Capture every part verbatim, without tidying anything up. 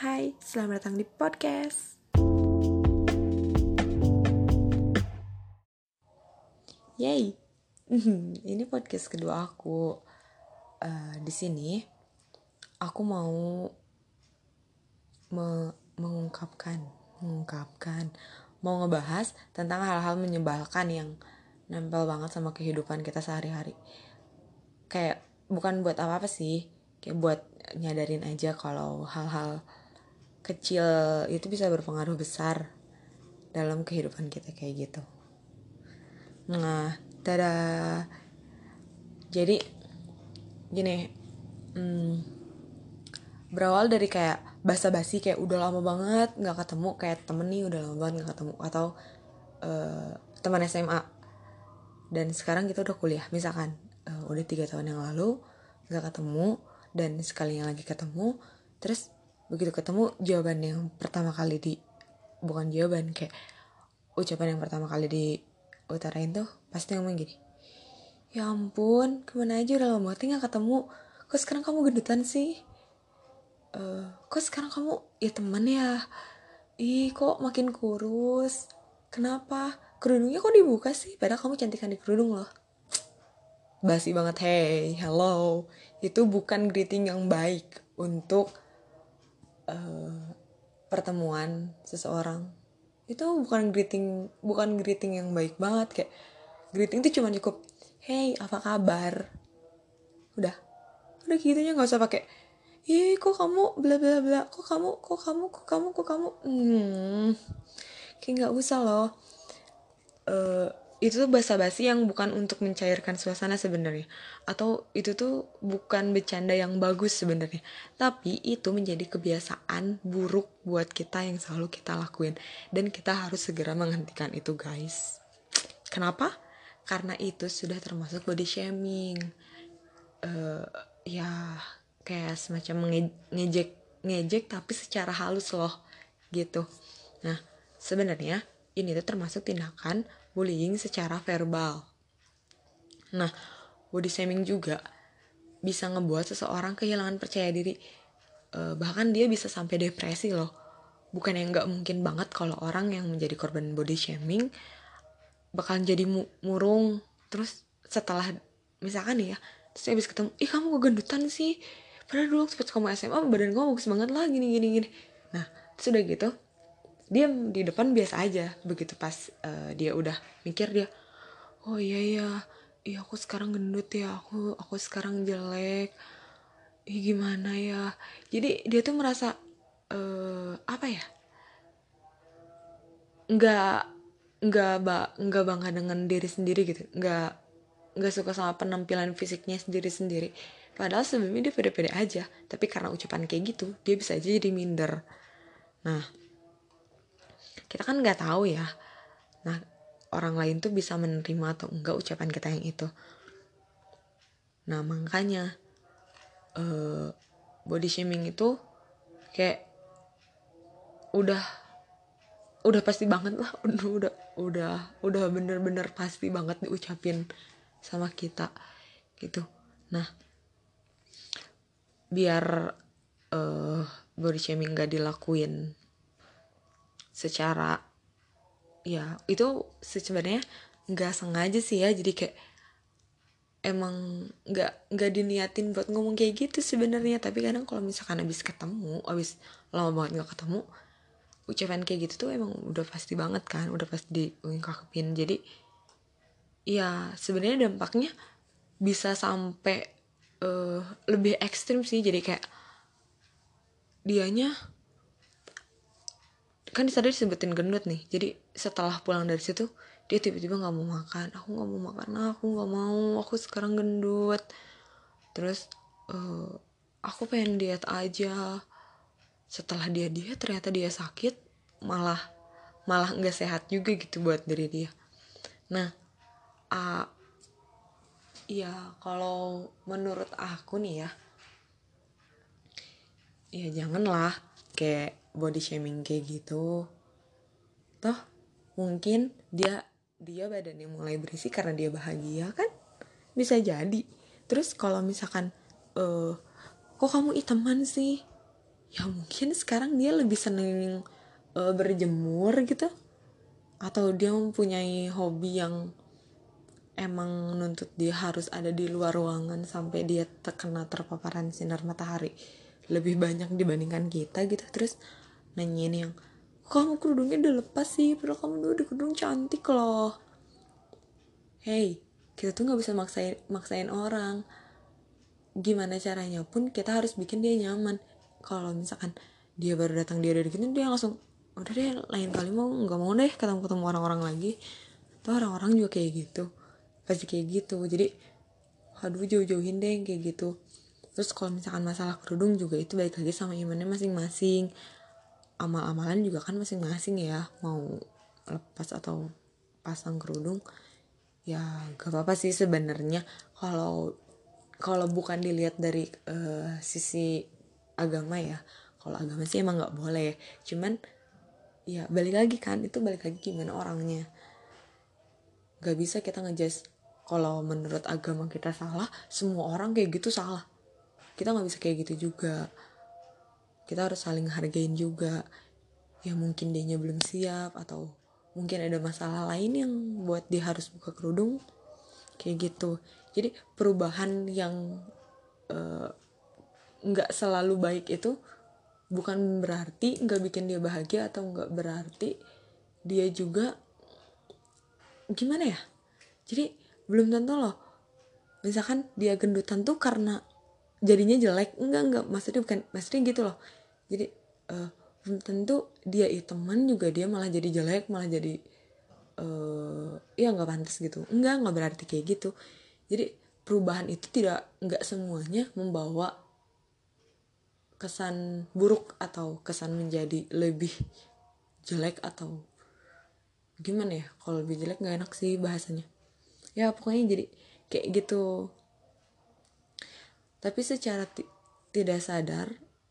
Hai, selamat datang di podcast. Yay, ini podcast kedua aku. Uh, di sini aku mau me- mengungkapkan, mengungkapkan, mau ngebahas tentang hal-hal menyebalkan yang nempel banget sama kehidupan kita sehari-hari. Kayak bukan buat apa-apa sih, kayak buat nyadarin aja kalau hal-hal kecil itu bisa berpengaruh besar dalam kehidupan kita kayak gitu. Nah, tada. Jadi gini, hmm, berawal dari kayak basa-basi, kayak udah lama banget nggak ketemu, kayak temen nih udah lama banget nggak ketemu, atau uh, teman S M A, dan sekarang kita udah kuliah, misalkan uh, udah tiga tahun yang lalu nggak ketemu, dan sekalinya lagi ketemu, terus begitu ketemu, jawaban yang pertama kali di bukan jawaban, kayak ucapan yang pertama kali diutarain tuh pasti ngomong gini, ya ampun, kemana aja, udah lama banget gak ketemu, kok sekarang kamu gendutan sih, uh, kok sekarang kamu ya teman ya, ih kok makin kurus, kenapa, kerudungnya kok dibuka sih, padahal kamu cantikan di kerudung loh. Basi banget. Hey, hello, itu bukan greeting yang baik untuk uh, pertemuan seseorang. Itu bukan greeting, bukan greeting yang baik banget. Kayak greeting itu cuma cukup, hey, apa kabar, udah udah gitunya, nggak usah pakai, ih kok kamu bla bla bla, kok kamu kok kamu kok kamu kok kamu hmm kayak nggak usah loh. Uh, itu tuh basa-basi yang bukan untuk mencairkan suasana sebenarnya, atau itu tuh bukan bercanda yang bagus sebenarnya, tapi itu menjadi kebiasaan buruk buat kita yang selalu kita lakuin, dan kita harus segera menghentikan itu, guys. Kenapa? Karena itu sudah termasuk body shaming. Uh, ya kayak semacam nge- ngejek ngejek tapi secara halus loh gitu. Nah, sebenarnya ini tuh termasuk tindakan bullying secara verbal. Nah, body shaming juga bisa ngebuat seseorang kehilangan percaya diri. Uh, bahkan dia bisa sampai depresi loh. Bukan yang nggak mungkin banget kalau orang yang menjadi korban body shaming bakalan jadi mu- murung. Terus setelah misalkan nih ya, terus habis ketemu, ih kamu kegendutan sih, padahal dulu pas kamu S M A badan kamu bagus banget lah, gini gini gini. Nah, terus udah gitu dia di depan biasa aja, begitu pas uh, dia udah mikir, dia, oh iya ya, iya aku sekarang gendut ya, aku aku sekarang jelek, ih gimana ya. Jadi dia tuh merasa uh, apa ya, nggak nggak ba nggak bangga dengan diri sendiri gitu, nggak nggak suka sama penampilan fisiknya sendiri sendiri, padahal sebelumnya dia pede-pede aja, tapi karena ucapan kayak gitu dia bisa aja jadi minder. Nah, kita kan nggak tahu ya, nah orang lain tuh bisa menerima atau enggak ucapan kita yang itu. Nah makanya uh, body shaming itu kayak udah udah pasti banget lah, udah udah udah udah bener-bener pasti banget diucapin sama kita gitu. Nah, biar uh, body shaming gak dilakuin secara, ya itu sebenarnya nggak sengaja sih ya, jadi kayak emang nggak nggak diniatin buat ngomong kayak gitu sebenarnya, tapi kadang kalau misalkan abis ketemu, abis lama banget nggak ketemu, ucapan kayak gitu tuh emang udah pasti banget kan, udah pasti diungkapin. Jadi ya sebenarnya dampaknya bisa sampai uh, lebih ekstrim sih. Jadi kayak dianya kan tadi disebutin gendut nih, jadi setelah pulang dari situ dia tiba-tiba nggak mau makan, aku nggak mau makan, aku nggak mau, aku sekarang gendut, terus uh, aku pengen diet aja. Setelah dia diet ternyata dia sakit, malah malah nggak sehat juga gitu buat diri dia. Nah, uh, ya kalau menurut aku nih ya, ya janganlah kayak body shaming kayak gitu. Toh mungkin dia dia badannya mulai berisi karena dia bahagia kan, bisa jadi. Terus kalau misalkan uh, kok kamu iteman sih, ya mungkin sekarang dia lebih seneng uh, berjemur gitu, atau dia mempunyai hobi yang emang nuntut dia harus ada di luar ruangan sampai dia terkena terpaparan sinar matahari lebih banyak dibandingkan kita gitu. Terus nanyain yang, kamu kerudungnya udah lepas sih, padahal kamu dulu di kerudung cantik loh. Hey, kita tuh nggak bisa maksain maksain orang. Gimana caranya pun kita harus bikin dia nyaman. Kalau misalkan dia baru datang dia udah gitu, dia langsung udah deh lain kali mau nggak mau deh ketemu ketemu orang-orang lagi. Tuh orang-orang juga kayak gitu, pasti kayak gitu. Jadi aduh jauh-jauhin deh kayak gitu. Terus kalau misalkan masalah kerudung juga itu balik lagi sama imannya masing-masing. Amal-amalan juga kan masing-masing ya, mau lepas atau pasang kerudung ya gak apa-apa sih sebenarnya. Kalau kalau bukan dilihat dari uh, sisi agama ya, kalau agama sih emang nggak boleh. Cuman ya balik lagi kan, itu balik lagi gimana orangnya. Gak bisa kita ngejudge kalau menurut agama kita salah, semua orang kayak gitu salah. Kita nggak bisa kayak gitu juga. Kita harus saling hargain juga. Ya mungkin dianya belum siap, atau mungkin ada masalah lain yang buat dia harus buka kerudung kayak gitu. Jadi perubahan yang nggak uh, selalu baik itu bukan berarti nggak bikin dia bahagia, atau nggak berarti dia juga gimana ya. Jadi belum tentu loh misalkan dia gendutan tuh karena jadinya jelek, enggak enggak maksudnya bukan maksudnya gitu loh. Jadi uh, belum tentu dia teman juga dia malah jadi jelek, malah jadi uh, ya nggak pantas gitu. Enggak nggak berarti kayak gitu. Jadi perubahan itu tidak nggak semuanya membawa kesan buruk atau kesan menjadi lebih jelek, atau gimana ya, kalau lebih jelek nggak enak sih bahasanya ya, pokoknya jadi kayak gitu. Tapi secara t- tidak sadar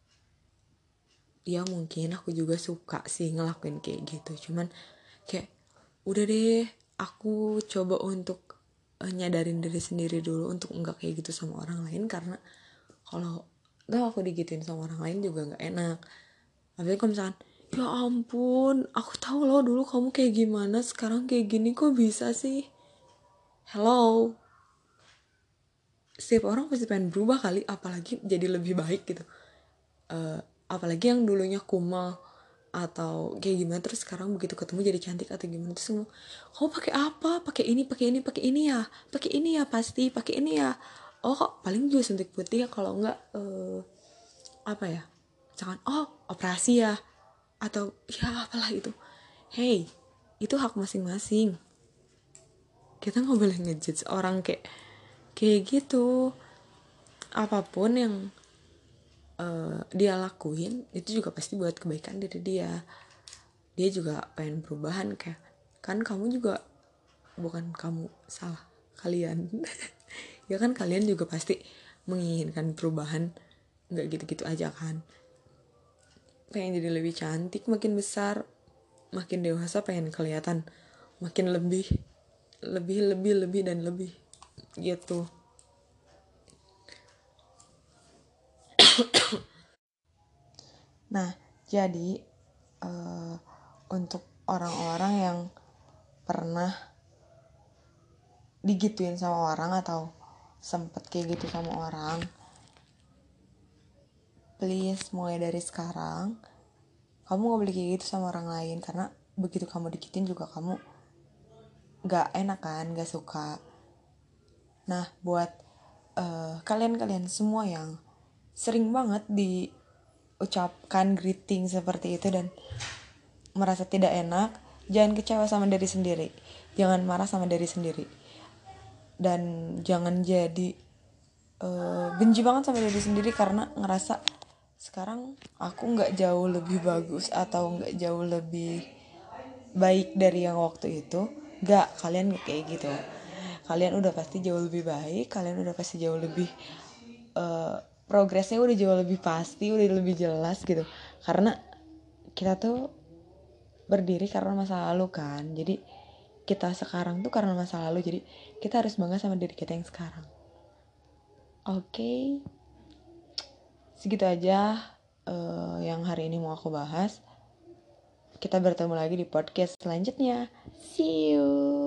ya mungkin aku juga suka sih ngelakuin kayak gitu. Cuman kayak udah deh, aku coba untuk uh, nyadarin diri sendiri dulu untuk enggak kayak gitu sama orang lain. Karena kalau tau aku digituin sama orang lain juga nggak enak. Apalagi kalau misalkan, ya ampun aku tahu loh dulu kamu kayak gimana, sekarang kayak gini kok bisa sih. Hello, setiap orang pasti pengen berubah kali, apalagi jadi lebih baik gitu. Uh, apalagi yang dulunya kumal atau kayak gimana, terus sekarang begitu ketemu jadi cantik atau gimana, terus ngomong, kamu pakai apa, pakai ini pakai ini pakai ini ya pakai ini ya pasti pakai ini ya. Oh kok paling juga suntik putih ya, kalau enggak uh, apa ya, jangan oh operasi ya, atau ya apalah itu. Hey, itu hak masing-masing, kita nggak boleh ngejudge orang kayak kayak gitu. Apapun yang uh, dia lakuin itu juga pasti buat kebaikan diri dia. Dia juga pengen perubahan, kayak kan kamu juga bukan kamu salah, kalian ya kan kalian juga pasti menginginkan perubahan, nggak gitu-gitu aja kan. Pengen jadi lebih cantik, makin besar makin dewasa pengen kelihatan makin lebih lebih lebih lebih dan lebih gitu. Nah jadi uh, untuk orang-orang yang pernah digituin sama orang atau sempet kayak gitu sama orang, please mulai dari sekarang kamu gak boleh kayak gitu sama orang lain. Karena begitu kamu dikitin juga kamu gak enak kan, gak suka. Nah buat uh, kalian-kalian semua yang sering banget diucapkan greeting seperti itu dan merasa tidak enak, jangan kecewa sama diri sendiri, jangan marah sama diri sendiri, dan jangan jadi uh, benci banget sama diri sendiri karena ngerasa sekarang aku nggak jauh lebih bagus atau nggak jauh lebih baik dari yang waktu itu. Nggak, kalian nggak kayak gitu. Kalian udah pasti jauh lebih baik, kalian udah pasti jauh lebih uh, progresnya udah jauh lebih pasti, udah lebih jelas gitu. Karena kita tuh berdiri karena masa lalu kan. Jadi kita sekarang tuh karena masa lalu, jadi kita harus bangga sama diri kita yang sekarang. Oke okay. Segitu aja uh, hari ini mau aku bahas. Kita bertemu lagi di podcast selanjutnya. See you.